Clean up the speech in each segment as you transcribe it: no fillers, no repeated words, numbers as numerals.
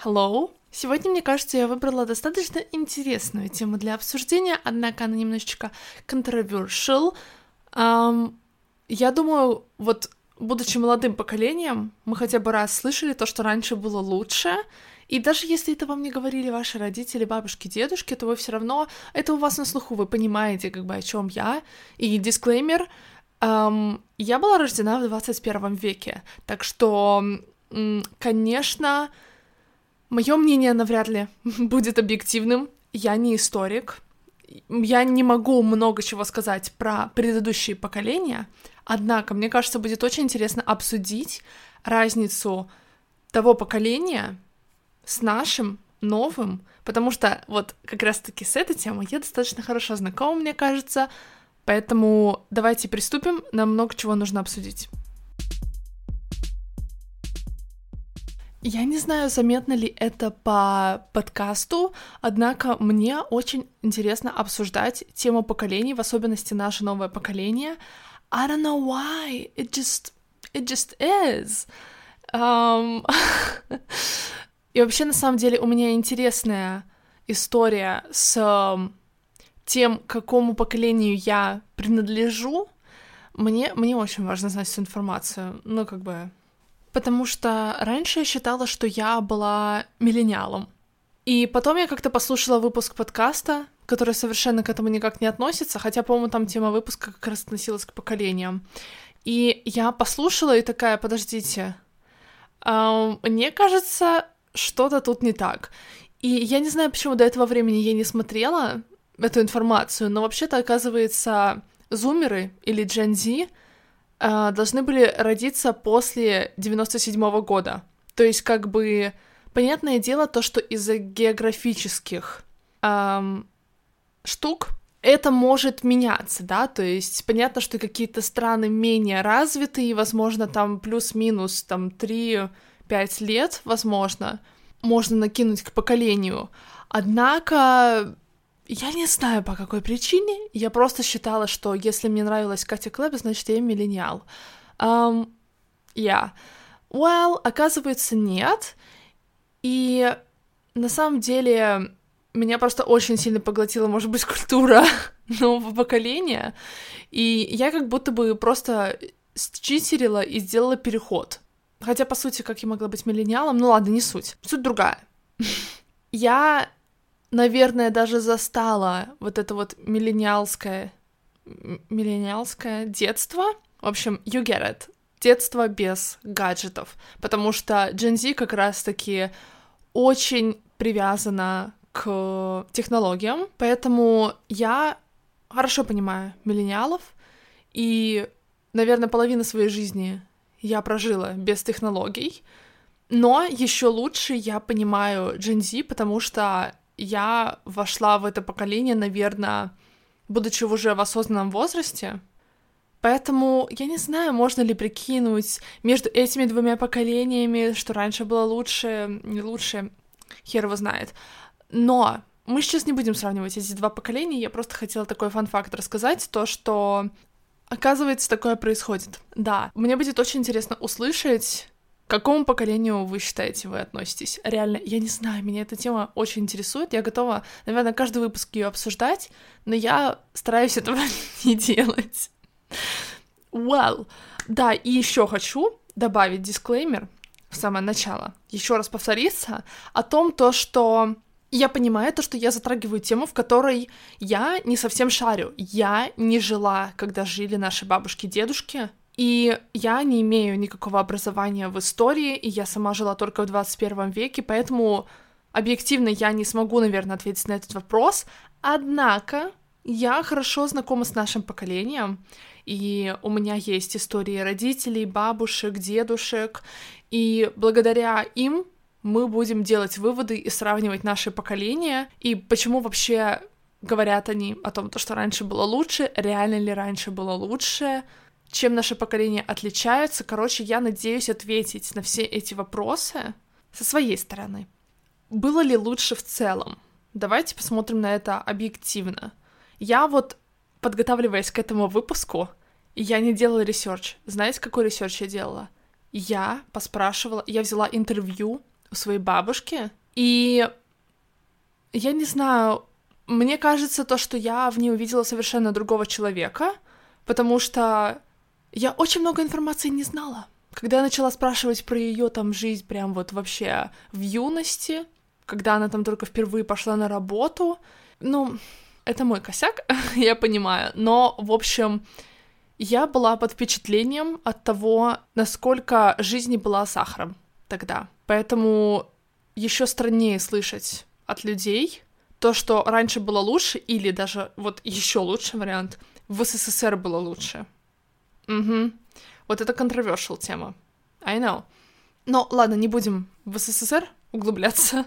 Hello! Сегодня, мне кажется, я выбрала достаточно интересную тему для обсуждения, однако она немножечко controversial. Я думаю, будучи молодым поколением, мы хотя бы раз слышали то, что раньше было лучше, и даже если это вам не говорили ваши родители, бабушки, дедушки, то вы все равно, это у вас на слуху, вы понимаете, о чем я. И дисклеймер, я была рождена в 21 веке, так что, конечно, мое мнение навряд ли будет объективным. Я не историк, я не могу много чего сказать про предыдущие поколения, однако, мне кажется, будет очень интересно обсудить разницу того поколения с нашим новым, потому что вот как раз-таки с этой темой я достаточно хорошо знакома, мне кажется, поэтому давайте приступим, нам много чего нужно обсудить. Я не знаю, заметно ли это по подкасту, однако мне очень интересно обсуждать тему поколений, в особенности наше новое поколение. I don't know why, it just is. И вообще, на самом деле, у меня интересная история с тем, к какому поколению я принадлежу. Мне очень важно знать всю информацию, потому что раньше я считала, что я была миллениалом. И потом я как-то послушала выпуск подкаста, который совершенно к этому никак не относится, хотя, по-моему, там тема выпуска как раз относилась к поколениям. И я послушала и такая, подождите, мне кажется, что-то тут не так. И я не знаю, почему до этого времени я не смотрела эту информацию, но вообще-то, оказывается, зумеры или Gen Z должны были родиться после 97-го года. То есть, понятное дело, то, что из-за географических штук это может меняться, да, то есть понятно, что какие-то страны менее развитые, возможно, там плюс-минус 3-5 лет, возможно, можно накинуть к поколению. Однако я не знаю, по какой причине. Я просто считала, что если мне нравилась Катя Клэп, значит, я миллениал. Оказывается, нет. И на самом деле меня просто очень сильно поглотила, может быть, культура нового поколения. И я как будто бы просто считерила и сделала переход. Хотя, по сути, как я могла быть миллениалом? Ну ладно, не суть. Суть другая. Я, наверное, даже застала вот это вот миллениалское детство. В общем, you get it. Детство без гаджетов. Потому что Gen Z как раз-таки очень привязана к технологиям, поэтому я хорошо понимаю миллениалов, и, наверное, половину своей жизни я прожила без технологий, но еще лучше я понимаю Gen Z, потому что я вошла в это поколение, наверное, будучи уже в осознанном возрасте, поэтому я не знаю, можно ли прикинуть между этими двумя поколениями, что раньше было лучше, не лучше, хер его знает. Но мы сейчас не будем сравнивать эти два поколения, я просто хотела такой фан-факт рассказать, то, что, оказывается, такое происходит. Да, мне будет очень интересно услышать, к какому поколению вы считаете, вы относитесь. Реально, я не знаю, меня эта тема очень интересует, я готова, наверное, каждый выпуск ее обсуждать, но я стараюсь этого не делать. Да, и еще хочу добавить дисклеймер в самое начало, еще раз повториться о том, что я понимаю то, что я затрагиваю тему, в которой я не совсем шарю. Я не жила, когда жили наши бабушки-дедушки, и я не имею никакого образования в истории, и я сама жила только в 21 веке, поэтому объективно я не смогу, наверное, ответить на этот вопрос. Однако я хорошо знакома с нашим поколением, и у меня есть истории родителей, бабушек, дедушек, и благодаря им мы будем делать выводы и сравнивать наши поколения, и почему вообще говорят они о том, что раньше было лучше, реально ли раньше было лучше, чем наши поколения отличаются. Короче, я надеюсь ответить на все эти вопросы со своей стороны. Было ли лучше в целом? Давайте посмотрим на это объективно. Я подготавливаясь к этому выпуску, я не делала ресерч. Знаете, какой ресерч я делала? Я взяла интервью у своей бабушки, и я не знаю, мне кажется, то, что я в ней увидела совершенно другого человека, потому что я очень много информации не знала. Когда я начала спрашивать про ее там жизнь прям вот вообще в юности, когда она там только впервые пошла на работу, ну, это мой косяк, я понимаю, но, в общем, я была под впечатлением от того, насколько жизнь не была сахаром тогда. Поэтому еще страннее слышать от людей то, что раньше было лучше, или даже вот еще лучший вариант, в СССР было лучше. Угу. Вот это controversial тема. I know. Но ладно, не будем в СССР углубляться.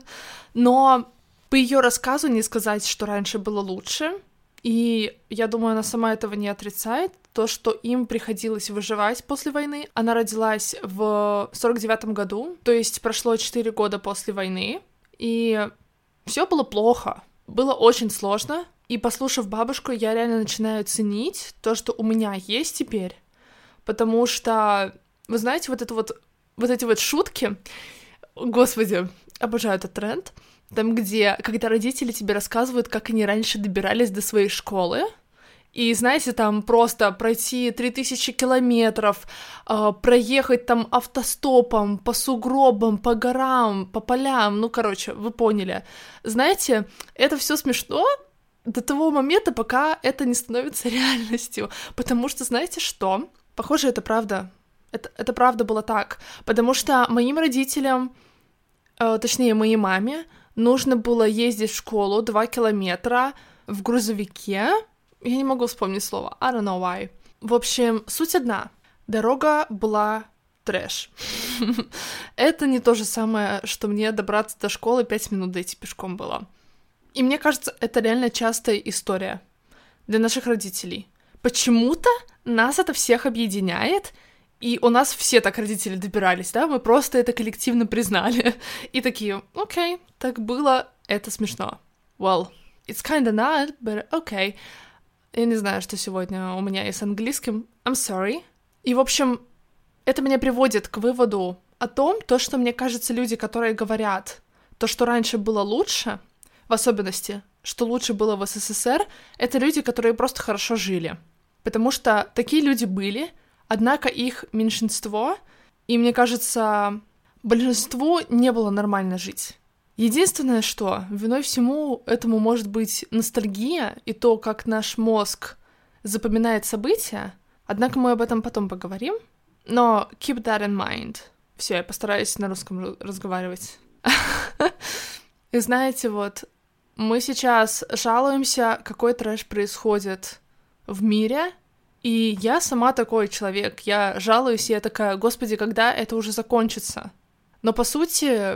Но по ее рассказу не сказать, что раньше было лучше. И я думаю, она сама этого не отрицает. То, что им приходилось выживать после войны. Она родилась в 49-м году, то есть прошло 4 года после войны. И все было плохо. Было очень сложно. И послушав бабушку, я реально начинаю ценить то, что у меня есть теперь. Потому что, вы знаете, вот эти вот шутки, господи, обожаю этот тренд, там, где, когда родители тебе рассказывают, как они раньше добирались до своей школы, и, знаете, там просто пройти 3000 километров, проехать там автостопом, по сугробам, по горам, по полям, ну, короче, вы поняли. Знаете, это все смешно до того момента, пока это не становится реальностью, потому что, знаете что? Похоже, это правда. Это правда было так. Потому что моим родителям, точнее, моей маме, нужно было ездить в школу 2 километра в грузовике. Я не могу вспомнить слово. I don't know why. В общем, суть одна. Дорога была трэш. Это не то же самое, что мне добраться до школы 5 минут дойти пешком было. И мне кажется, это реально частая история для наших родителей. Почему-то нас это всех объединяет, и у нас все так родители добирались, да, мы просто это коллективно признали. И такие, окей, так было, это смешно. Well, it's kinda not, but okay. Я не знаю, что сегодня у меня есть с английским. I'm sorry. И, в общем, это меня приводит к выводу о том, то, что, мне кажется, люди, которые говорят то, что раньше было лучше, в особенности, что лучше было в СССР, это люди, которые просто хорошо жили. Потому что такие люди были, однако их меньшинство, и, мне кажется, большинству не было нормально жить. Единственное, что виной всему этому может быть ностальгия и то, как наш мозг запоминает события, однако мы об этом потом поговорим, но keep that in mind. Все, я постараюсь на русском разговаривать. И знаете, вот, мы сейчас жалуемся, какой трэш происходит в мире, и я сама такой человек, я жалуюсь, и я такая, господи, когда это уже закончится? Но, по сути,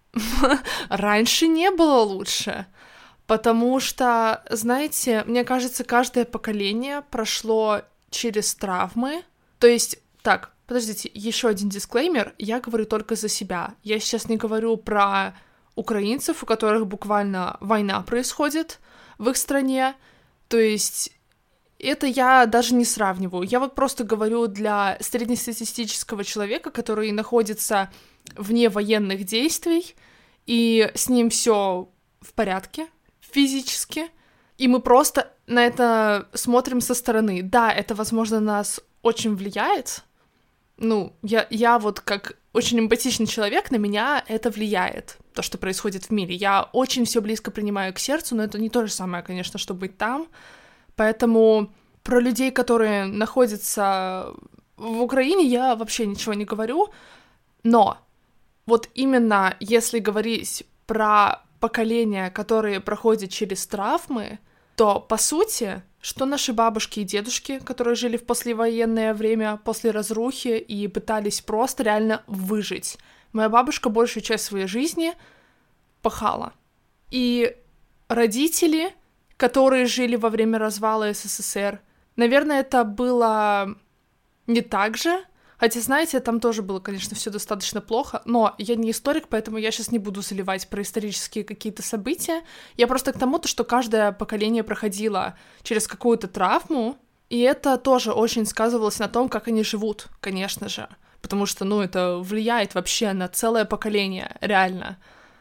раньше не было лучше, потому что, знаете, мне кажется, каждое поколение прошло через травмы, то есть, так, подождите, еще один дисклеймер, я говорю только за себя, я сейчас не говорю про украинцев, у которых буквально война происходит в их стране, то есть это я даже не сравниваю. Я вот просто говорю для среднестатистического человека, который находится вне военных действий, и с ним все в порядке физически, и мы просто на это смотрим со стороны. Да, это, возможно, нас очень влияет. Ну, я вот как очень эмпатичный человек, на меня это влияет, то, что происходит в мире. Я очень все близко принимаю к сердцу, но это не то же самое, конечно, что быть там. Поэтому про людей, которые находятся в Украине, я вообще ничего не говорю. Но вот именно если говорить про поколения, которые проходят через травмы, то, по сути, что наши бабушки и дедушки, которые жили в послевоенное время, после разрухи и пытались просто реально выжить. Моя бабушка большую часть своей жизни пахала. И родители, которые жили во время развала СССР, наверное, это было не так же. Хотя, знаете, там тоже было, конечно, все достаточно плохо, но я не историк, поэтому я сейчас не буду заливать про исторические какие-то события. Я просто к тому, что каждое поколение проходило через какую-то травму, и это тоже очень сказывалось на том, как они живут, конечно же. потому что, это влияет вообще на целое поколение, реально.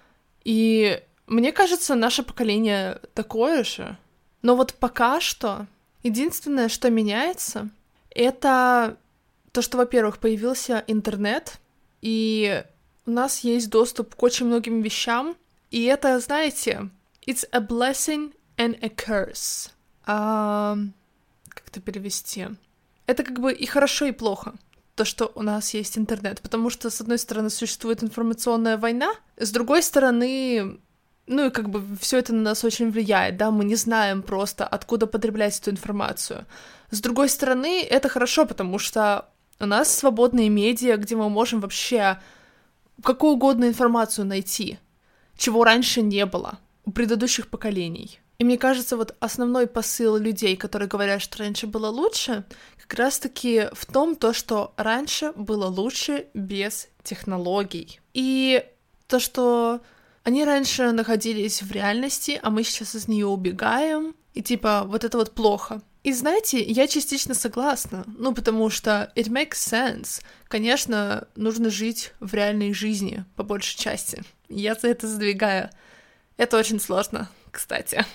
И мне кажется, наше поколение такое же. Но вот пока что единственное, что меняется, это то, что, во-первых, появился интернет, и у нас есть доступ к очень многим вещам, и это, знаете, it's a blessing and a curse. Как это перевести? Это как бы и хорошо, и плохо, то, что у нас есть интернет, потому что, с одной стороны, существует информационная война, с другой стороны, и как бы все это на нас очень влияет, да, мы не знаем просто, откуда потреблять эту информацию. С другой стороны, это хорошо, потому что у нас свободные медиа, где мы можем вообще какую угодно информацию найти, чего раньше не было у предыдущих поколений. И мне кажется, вот основной посыл людей, которые говорят, что раньше было лучше, как раз-таки в том, что раньше было лучше без технологий. И то, что они раньше находились в реальности, а мы сейчас из нее убегаем, и вот это вот плохо. И знаете, я частично согласна, потому что it makes sense. Конечно, нужно жить в реальной жизни, по большей части. Я за это задвигаю. Это очень сложно, кстати.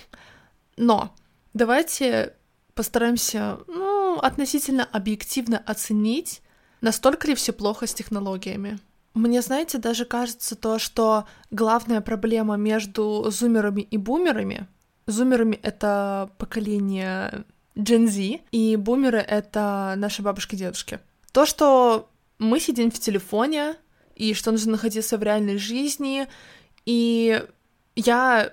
Но давайте постараемся, относительно объективно оценить, настолько ли все плохо с технологиями. Мне, знаете, даже кажется то, что главная проблема между зумерами и бумерами... Зумерами — это поколение Gen Z, и бумеры — это наши бабушки и дедушки. То, что мы сидим в телефоне, и что нужно находиться в реальной жизни, и я...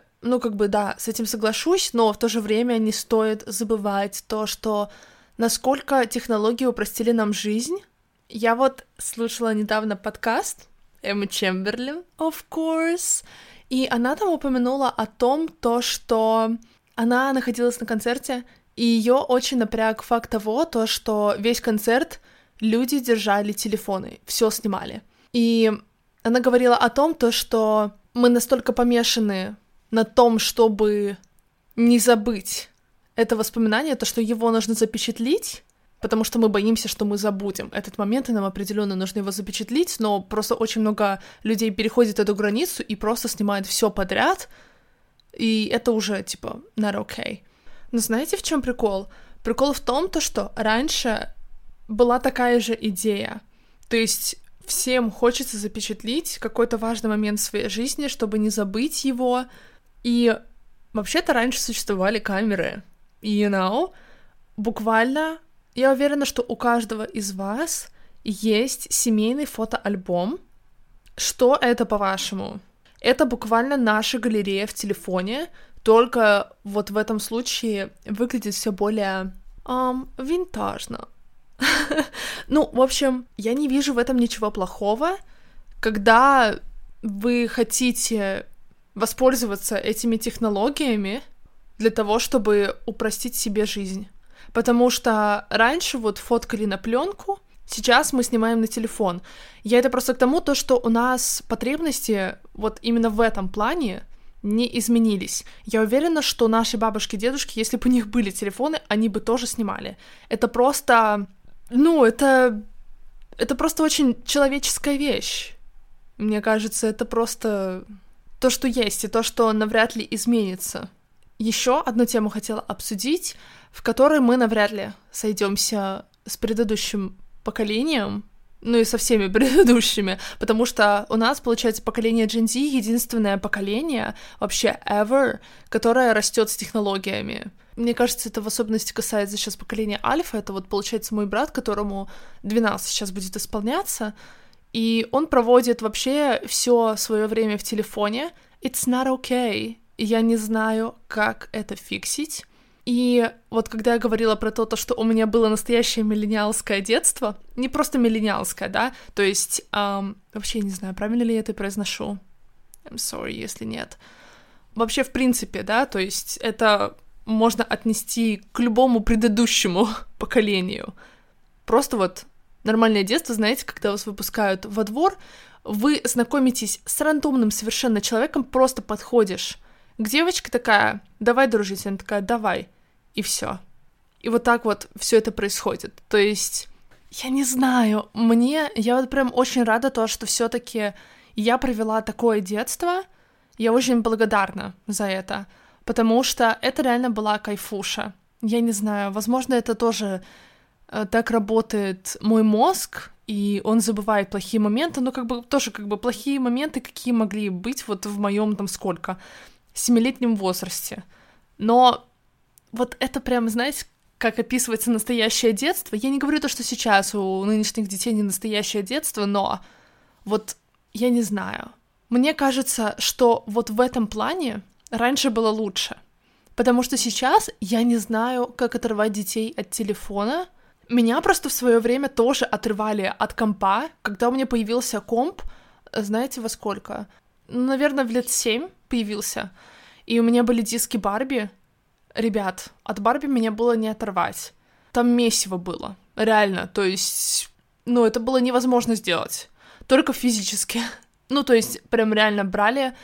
с этим соглашусь, но в то же время не стоит забывать то, что насколько технологии упростили нам жизнь. Я вот слушала недавно подкаст Эммы Чемберлен, of course, и она там упомянула о том, что она находилась на концерте, и ее очень напряг факт того, что весь концерт люди держали телефоны, все снимали. И она говорила о том, что мы настолько помешаны на том, чтобы не забыть это воспоминание, то, что его нужно запечатлить, потому что мы боимся, что мы забудем этот момент, и нам определенно нужно его запечатлить, но просто очень много людей переходит эту границу и просто снимают все подряд, и это уже, not okay. Но знаете, в чем прикол? Прикол в том, что раньше была такая же идея, то есть всем хочется запечатлить какой-то важный момент в своей жизни, чтобы не забыть его. И вообще-то раньше существовали камеры. Буквально, я уверена, что у каждого из вас есть семейный фотоальбом. Что это, по-вашему? Это буквально наша галерея в телефоне, только вот в этом случае выглядит все более винтажно. В общем, я не вижу в этом ничего плохого, когда вы хотите воспользоваться этими технологиями для того, чтобы упростить себе жизнь. Потому что раньше фоткали на пленку, сейчас мы снимаем на телефон. Я это просто к тому, что у нас потребности именно в этом плане не изменились. Я уверена, что наши бабушки и дедушки, если бы у них были телефоны, они бы тоже снимали. Это просто... это просто очень человеческая вещь. Мне кажется, это просто то, что есть, и то, что навряд ли изменится. Еще одну тему хотела обсудить, в которой мы навряд ли сойдемся с предыдущим поколением, и со всеми предыдущими, потому что у нас, получается, поколение Gen Z — единственное поколение вообще ever, которое растет с технологиями. Мне кажется, это в особенности касается сейчас поколения Альфа. Это получается мой брат, которому 12 сейчас будет исполняться, и он проводит вообще все свое время в телефоне. It's not okay. И я не знаю, как это фиксить. И когда я говорила про то, что у меня было настоящее миллениалское детство, не просто миллениалское, да, то есть, вообще не знаю, правильно ли я это произношу. I'm sorry, если нет. Вообще, в принципе, да, то есть это можно отнести к любому предыдущему поколению. Просто нормальное детство, знаете, когда вас выпускают во двор, вы знакомитесь с рандомным совершенно человеком, просто подходишь к девочке, такая: давай дружить, она такая: давай, и все. И так все это происходит. То есть Я не знаю, я вот прям очень рада то, что все-таки я провела такое детство, я очень благодарна за это, потому что это реально была кайфуша. Я не знаю, возможно, это тоже так работает мой мозг, и он забывает плохие моменты, но тоже плохие моменты, какие могли быть вот в моем там сколько, 7-летнем возрасте. Но вот это прям, знаете, как описывается настоящее детство. Я не говорю то, что сейчас у нынешних детей не настоящее детство, но вот я не знаю. Мне кажется, что вот в этом плане раньше было лучше. Потому что сейчас я не знаю, как оторвать детей от телефона. Меня просто в свое время тоже отрывали от компа. Когда у меня появился комп, знаете, во сколько? Наверное, в лет 7 появился. И у меня были диски Барби. Ребят, от Барби меня было не оторвать. Там месиво было. Реально. То есть, это было невозможно сделать. Только физически. То есть, прям реально брали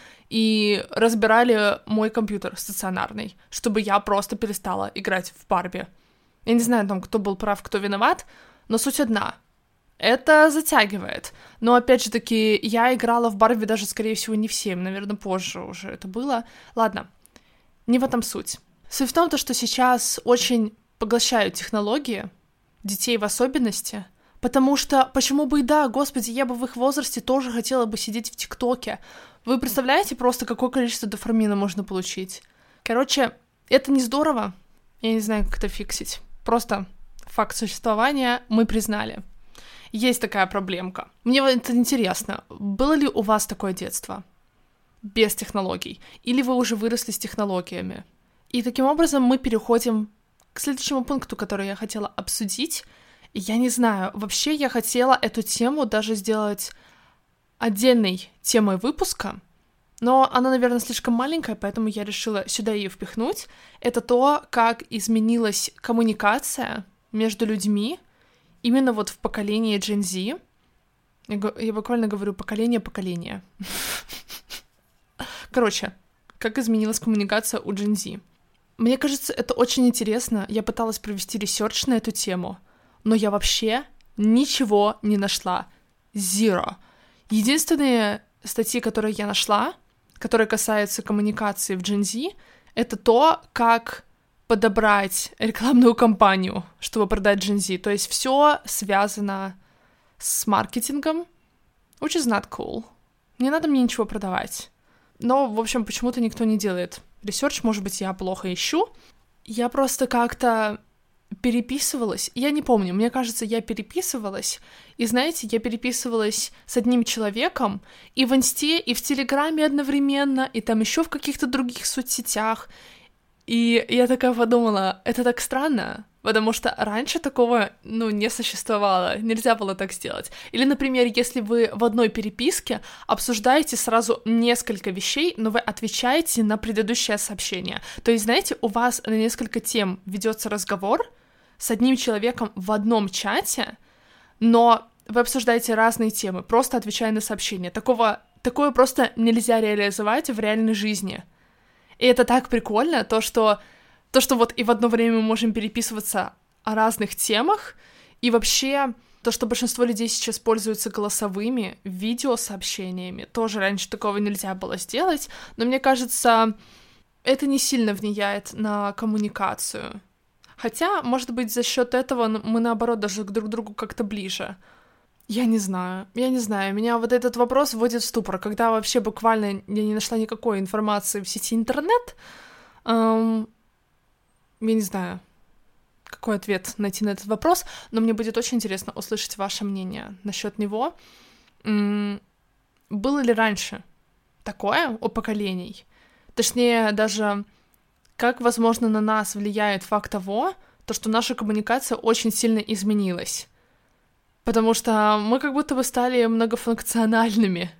и разбирали мой компьютер стационарный, чтобы я просто перестала играть в Барби. Я не знаю, там, кто был прав, кто виноват, но суть одна. Это затягивает. Но, опять же таки, я играла в Барби даже, скорее всего, не в 7, наверное, позже уже это было. Ладно, не в этом суть. Суть в том, что сейчас очень поглощают технологии, детей в особенности, потому что, почему бы и да, господи, я бы в их возрасте тоже хотела бы сидеть в ТикТоке. Вы представляете просто, какое количество дофамина можно получить? Короче, это не здорово, я не знаю, как это фиксить. Просто факт существования мы признали. Есть такая проблемка. Мне это интересно, было ли у вас такое детство? Без технологий? Или вы уже выросли с технологиями? И таким образом мы переходим к следующему пункту, который я хотела обсудить. Я не знаю, вообще я хотела эту тему даже сделать отдельной темой выпуска, но она, наверное, слишком маленькая, поэтому я решила сюда ее впихнуть. Это то, как изменилась коммуникация между людьми именно вот в поколении Gen Z. Я буквально говорю поколение. Короче, как изменилась коммуникация у Gen Z. Мне кажется, это очень интересно. Я пыталась провести ресерч на эту тему, но я вообще ничего не нашла. Zero. Единственные статьи, которые я нашла, которые касаются коммуникации в Gen Z, это то, как подобрать рекламную кампанию, чтобы продать Gen Z. То есть все связано с маркетингом, which is not cool. Не надо мне ничего продавать. Но, в общем, почему-то никто не делает ресерч, может быть, я плохо ищу. Я просто как-то переписывалась. Я не помню, мне кажется, я переписывалась. И, знаете, я переписывалась с одним человеком и в Инсте, и в Телеграме одновременно, и там еще в каких-то других соцсетях. И я такая подумала, это так странно, потому что раньше такого, не существовало, нельзя было так сделать. Или, например, если вы в одной переписке обсуждаете сразу несколько вещей, но вы отвечаете на предыдущее сообщение. То есть, знаете, у вас на несколько тем ведется разговор с одним человеком в одном чате, но вы обсуждаете разные темы, просто отвечая на сообщения. Такое просто нельзя реализовать в реальной жизни. И это так прикольно, то, что вот и в одно время мы можем переписываться о разных темах, и вообще то, что большинство людей сейчас пользуются голосовыми, видеосообщениями, тоже раньше такого нельзя было сделать, но мне кажется, это не сильно влияет на коммуникацию. Хотя, может быть, за счет этого мы, наоборот, даже друг к другу как-то ближе. Я не знаю. Меня вот этот вопрос вводит в ступор, когда вообще буквально я не нашла никакой информации в сети интернет. Я не знаю, какой ответ найти на этот вопрос, но мне будет очень интересно услышать ваше мнение насчет него. Было ли раньше такое у поколений? Точнее, даже как, возможно, на нас влияет факт того, что наша коммуникация очень сильно изменилась. Потому что мы как будто бы стали многофункциональными.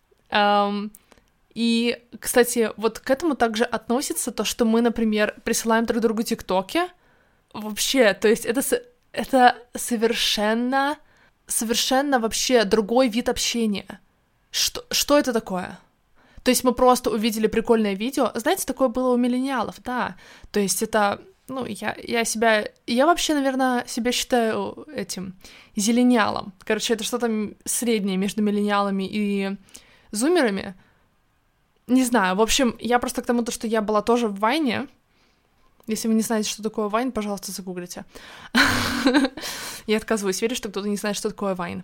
И, кстати, вот к этому также относится то, что мы, например, присылаем друг другу тиктоки. Вообще, то есть это совершенно вообще другой вид общения. Что это такое? То есть мы просто увидели прикольное видео. Знаете, такое было у миллениалов, да. То есть это Я вообще, наверное, себя считаю этим зеленялом. Короче, это что-то среднее между миллениалами и зумерами. Не знаю, в общем, я просто к тому, что я была тоже в Вайне. Если вы не знаете, что такое Вайн, пожалуйста, загуглите. Я отказываюсь верить, что кто-то не знает, что такое Вайн.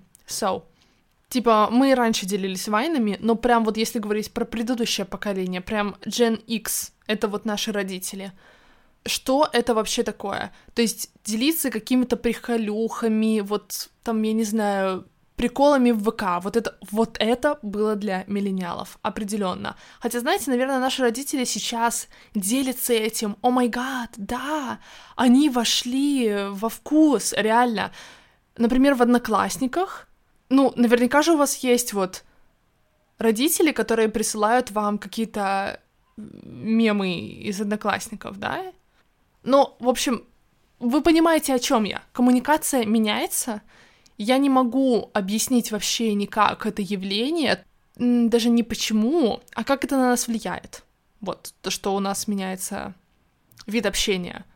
Типа, мы раньше делились вайнами, но прям вот если говорить про предыдущее поколение, прям Gen X, это вот наши родители. Что это вообще такое? То есть делиться какими-то приколюхами, вот там, я не знаю, приколами в ВК. Вот это было для миллениалов, определенно. Хотя, знаете, наверное, наши родители сейчас делятся этим. О май гад, да, они вошли во вкус, реально. Например, в Одноклассниках. Наверняка же у вас есть вот родители, которые присылают вам какие-то мемы из Одноклассников, да? В общем, вы понимаете, о чем я. Коммуникация меняется. Я не могу объяснить вообще никак это явление, даже не почему, а как это на нас влияет. Вот, то, что у нас меняется вид общения.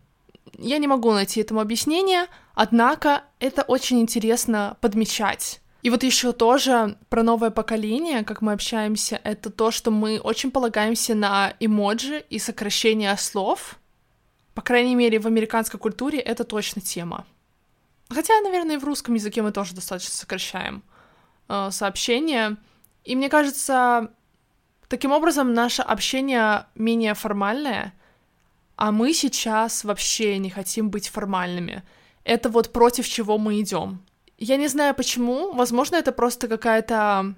Я не могу найти этому объяснение, однако это очень интересно подмечать. И вот еще тоже про новое поколение, как мы общаемся, это то, что мы очень полагаемся на эмоджи и сокращение слов. По крайней мере, в американской культуре это точно тема. Хотя, наверное, и в русском языке мы тоже достаточно сокращаем сообщения. И мне кажется, таким образом наше общение менее формальное, а мы сейчас вообще не хотим быть формальными. Это вот против чего мы идем. Я не знаю почему, возможно, это просто какая-то,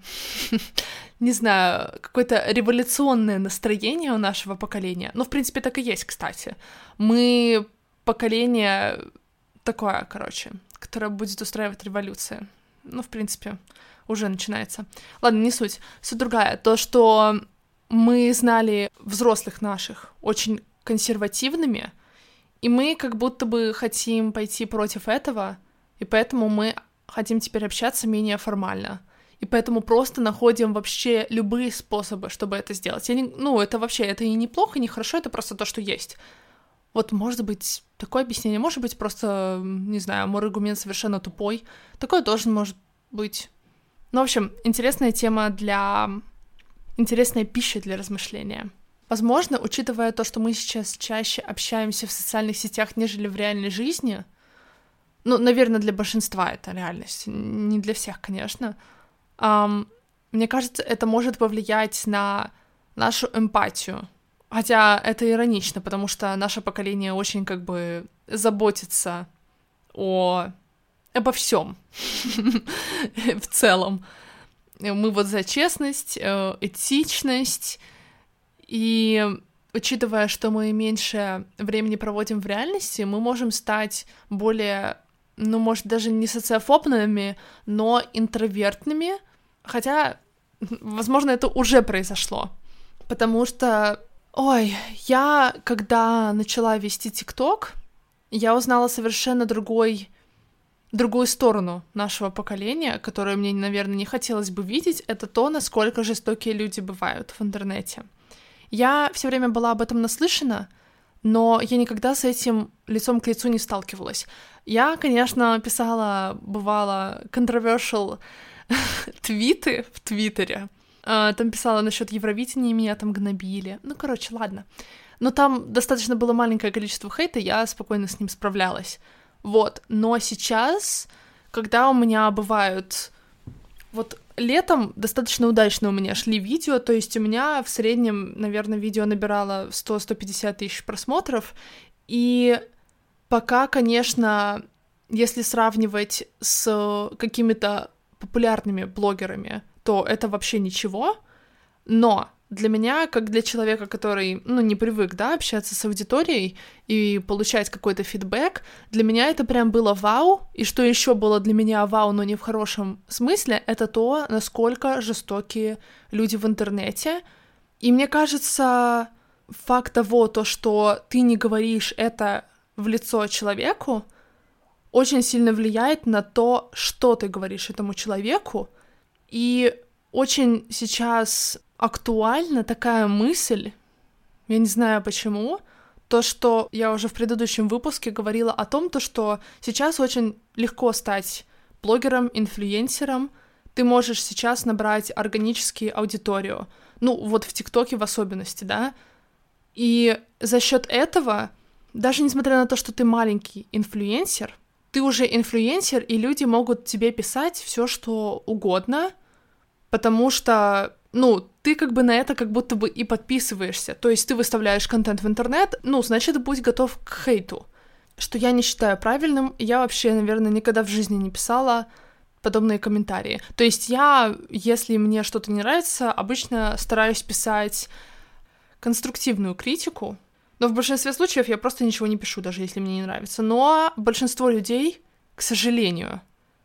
не знаю, какое-то революционное настроение у нашего поколения. В принципе, так и есть, кстати. Мы поколение такое, которое будет устраивать революции. В принципе, уже начинается. Ладно, не суть. Суть другая. То, что мы знали взрослых наших очень консервативными, и мы как будто бы хотим пойти против этого, и поэтому мы хотим теперь общаться менее формально. И поэтому просто находим вообще любые способы, чтобы это сделать. Это вообще, это и не плохо, и не хорошо, это просто то, что есть. Вот, может быть, такое объяснение, может быть, просто, не знаю, мой аргумент совершенно тупой. Такое тоже может быть. В общем, интересная пища для размышления. Возможно, учитывая то, что мы сейчас чаще общаемся в социальных сетях, нежели в реальной жизни, наверное, для большинства это реальность, не для всех, конечно, мне кажется, это может повлиять на нашу эмпатию. Хотя это иронично, потому что наше поколение очень заботится обо всем в целом. Мы вот за честность, этичность, и учитывая, что мы меньше времени проводим в реальности, мы можем стать более, может, даже не социофобными, но интровертными, хотя, возможно, это уже произошло, потому что, я, когда начала вести ТикТок, я узнала совершенно другую сторону нашего поколения, которую мне, наверное, не хотелось бы видеть, это то, насколько жестокие люди бывают в интернете. Я все время была об этом наслышана, но я никогда с этим лицом к лицу не сталкивалась. Я, конечно, писала, бывало, controversial твиты в Твиттере. Там писала насчет Евровидения, меня там гнобили. Ладно. Но там достаточно было маленькое количество хейта, я спокойно с ним справлялась. Вот. Но сейчас, когда у меня бывают... Вот летом достаточно удачно у меня шли видео, то есть у меня в среднем, наверное, видео набирало 100-150 тысяч просмотров, и пока, конечно, если сравнивать с какими-то популярными блогерами, то это вообще ничего, но для меня, как для человека, который, не привык, общаться с аудиторией и получать какой-то фидбэк, для меня это прям было вау, и что еще было для меня вау, но не в хорошем смысле, это то, насколько жестокие люди в интернете, и мне кажется, факт того, что ты не говоришь это в лицо человеку, очень сильно влияет на то, что ты говоришь этому человеку, и очень сейчас актуальна такая мысль, я не знаю почему, то, что я уже в предыдущем выпуске говорила о том, то, что сейчас очень легко стать блогером, инфлюенсером. Ты можешь сейчас набрать органически аудиторию. Ну, вот в ТикТоке в особенности, да? И за счет этого, даже несмотря на то, что ты маленький инфлюенсер, ты уже инфлюенсер, и люди могут тебе писать все, что угодно, потому что, ну, ты как бы на это как будто бы и подписываешься. То есть ты выставляешь контент в интернет, ну, значит, будь готов к хейту. Что я не считаю правильным, я вообще, наверное, никогда в жизни не писала подобные комментарии. То есть я, если мне что-то не нравится, обычно стараюсь писать конструктивную критику, но в большинстве случаев я просто ничего не пишу, даже если мне не нравится. Но большинство людей, к сожалению,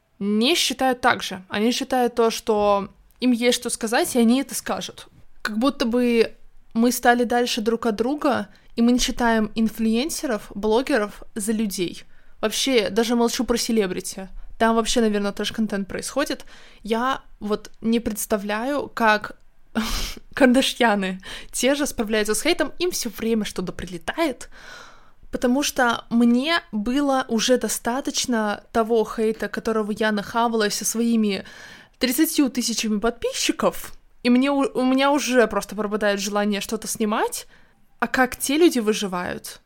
не считают так же. Они считают то, что им есть что сказать, и они это скажут. Как будто бы мы стали дальше друг от друга, и мы не считаем инфлюенсеров, блогеров за людей. Вообще, даже молчу про селебрити. Там вообще, наверное, трэш-контент происходит. Я вот не представляю, как Кардашьяны те же справляются с хейтом, им все время что-то прилетает, потому что мне было уже достаточно того хейта, которого я нахавалась со своими 30 тысячами подписчиков, и у меня уже просто пропадает желание что-то снимать, а как те люди выживают?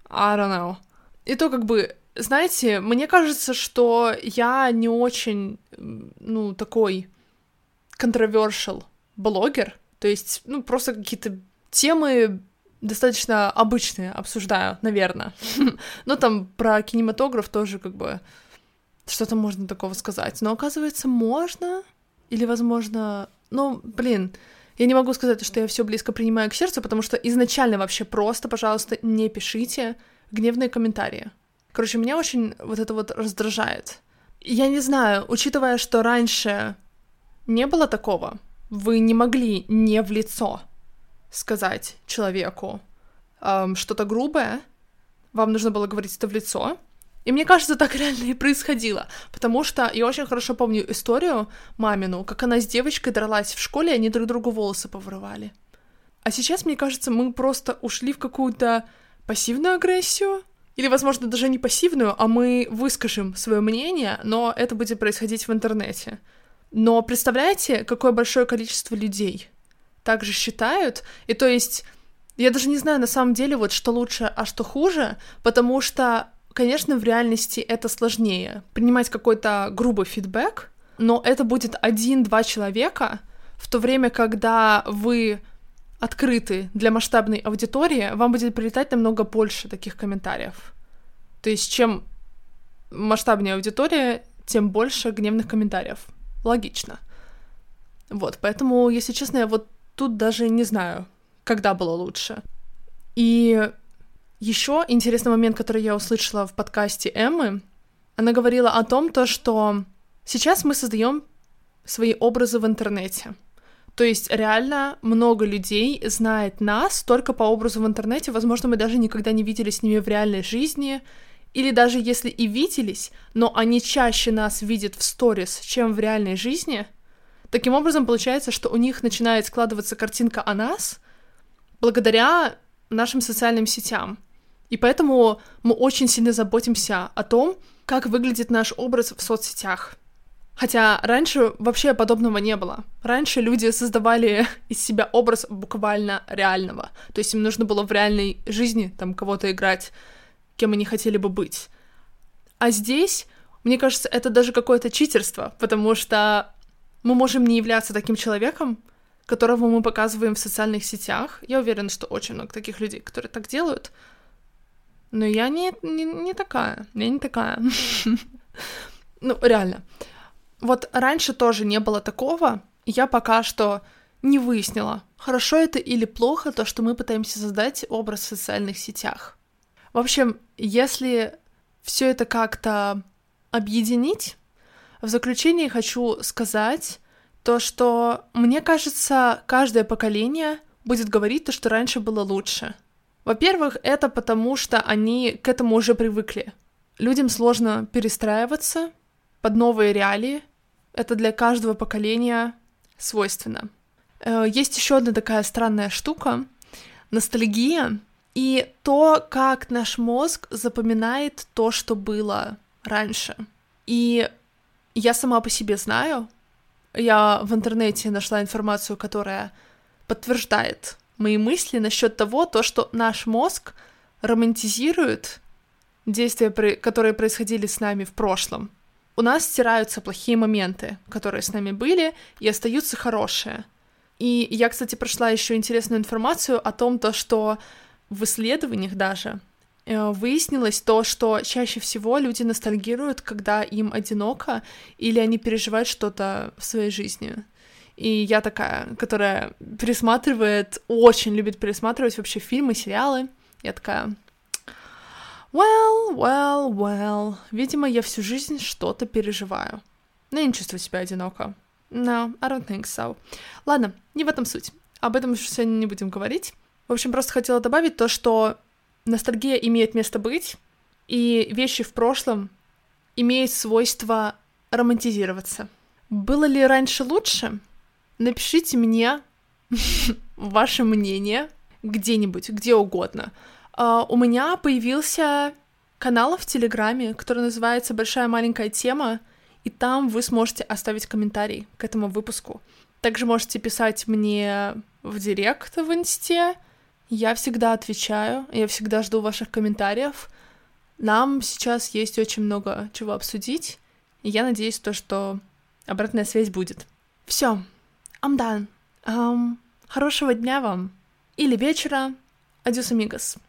I don't know. И то как бы, знаете, мне кажется, что я не очень, ну, такой controversial блогер, то есть, ну, просто какие-то темы достаточно обычные обсуждаю, наверное. Но там про кинематограф тоже как бы что-то можно такого сказать. Но оказывается, можно. Или, возможно... Ну, блин, я не могу сказать, что я все близко принимаю к сердцу, потому что изначально вообще просто, пожалуйста, не пишите гневные комментарии. Короче, меня очень вот это вот раздражает. Я не знаю, учитывая, что раньше не было такого, вы не могли не в лицо сказать человеку что-то грубое, вам нужно было говорить это в лицо. И мне кажется, так реально и происходило, потому что я очень хорошо помню историю мамину, как она с девочкой дралась в школе, и они друг другу волосы повырывали. А сейчас, мне кажется, мы просто ушли в какую-то пассивную агрессию, или, возможно, даже не пассивную, а мы выскажем свое мнение, но это будет происходить в интернете. Но представляете, какое большое количество людей также считают, и то есть я даже не знаю на самом деле вот что лучше, а что хуже, потому что, конечно, в реальности это сложнее принимать какой-то грубый фидбэк, но это будет 1-2 человека, в то время, когда вы открыты для масштабной аудитории, вам будет прилетать намного больше таких комментариев. То есть чем масштабнее аудитория, тем больше гневных комментариев. Логично. Вот, поэтому, если честно, я вот тут даже не знаю, когда было лучше. И еще интересный момент, который я услышала в подкасте Эммы, она говорила о том, что сейчас мы создаем свои образы в интернете. То есть реально много людей знает нас только по образу в интернете, возможно, мы даже никогда не виделись с ними в реальной жизни, или даже если и виделись, но они чаще нас видят в сторис, чем в реальной жизни. Таким образом, получается, что у них начинает складываться картинка о нас благодаря нашим социальным сетям. И поэтому мы очень сильно заботимся о том, как выглядит наш образ в соцсетях. Хотя раньше вообще подобного не было. Раньше люди создавали из себя образ буквально реального. То есть им нужно было в реальной жизни там кого-то играть, кем они хотели бы быть. А здесь, мне кажется, это даже какое-то читерство, потому что мы можем не являться таким человеком, которого мы показываем в социальных сетях. Я уверена, что очень много таких людей, которые так делают. Но я не такая. Я не такая. Ну, реально. Вот раньше тоже не было такого, и я пока что не выяснила, хорошо это или плохо, то, что мы пытаемся создать образ в социальных сетях. В общем, если все это как-то объединить, в заключение хочу сказать то, что, мне кажется, каждое поколение будет говорить то, что раньше было лучше. Во-первых, это потому, что они к этому уже привыкли. Людям сложно перестраиваться под новые реалии. Это для каждого поколения свойственно. Есть еще одна такая странная штука — ностальгия. и то, как наш мозг запоминает то, что было раньше. И я сама по себе знаю, я в интернете нашла информацию, которая подтверждает мои мысли насчет того, что наш мозг романтизирует действия, которые происходили с нами в прошлом. У нас стираются плохие моменты, которые с нами были, и остаются хорошие. И я, кстати, прошла еще интересную информацию о том, что в исследованиях даже выяснилось то, что чаще всего люди ностальгируют, когда им одиноко или они переживают что-то в своей жизни. И я такая, которая пересматривает, очень любит пересматривать вообще фильмы, сериалы. Я такая... Well, видимо, я всю жизнь что-то переживаю. Но я не чувствую себя одиноко. No, I don't think so. Ладно, не в этом суть. Об этом еще сегодня не будем говорить. В общем, просто хотела добавить то, что ностальгия имеет место быть, и вещи в прошлом имеют свойство романтизироваться. Было ли раньше лучше? Напишите мне ваше мнение где-нибудь, где угодно. У меня появился канал в Телеграме, который называется «Большая маленькая тема», и там вы сможете оставить комментарий к этому выпуску. Также можете писать мне в директ в Инсте. Я всегда отвечаю, я всегда жду ваших комментариев. Нам сейчас есть очень много чего обсудить, и я надеюсь, что обратная связь будет. Все, I'm done. Хорошего дня вам. Или вечера. Адьос, амигос.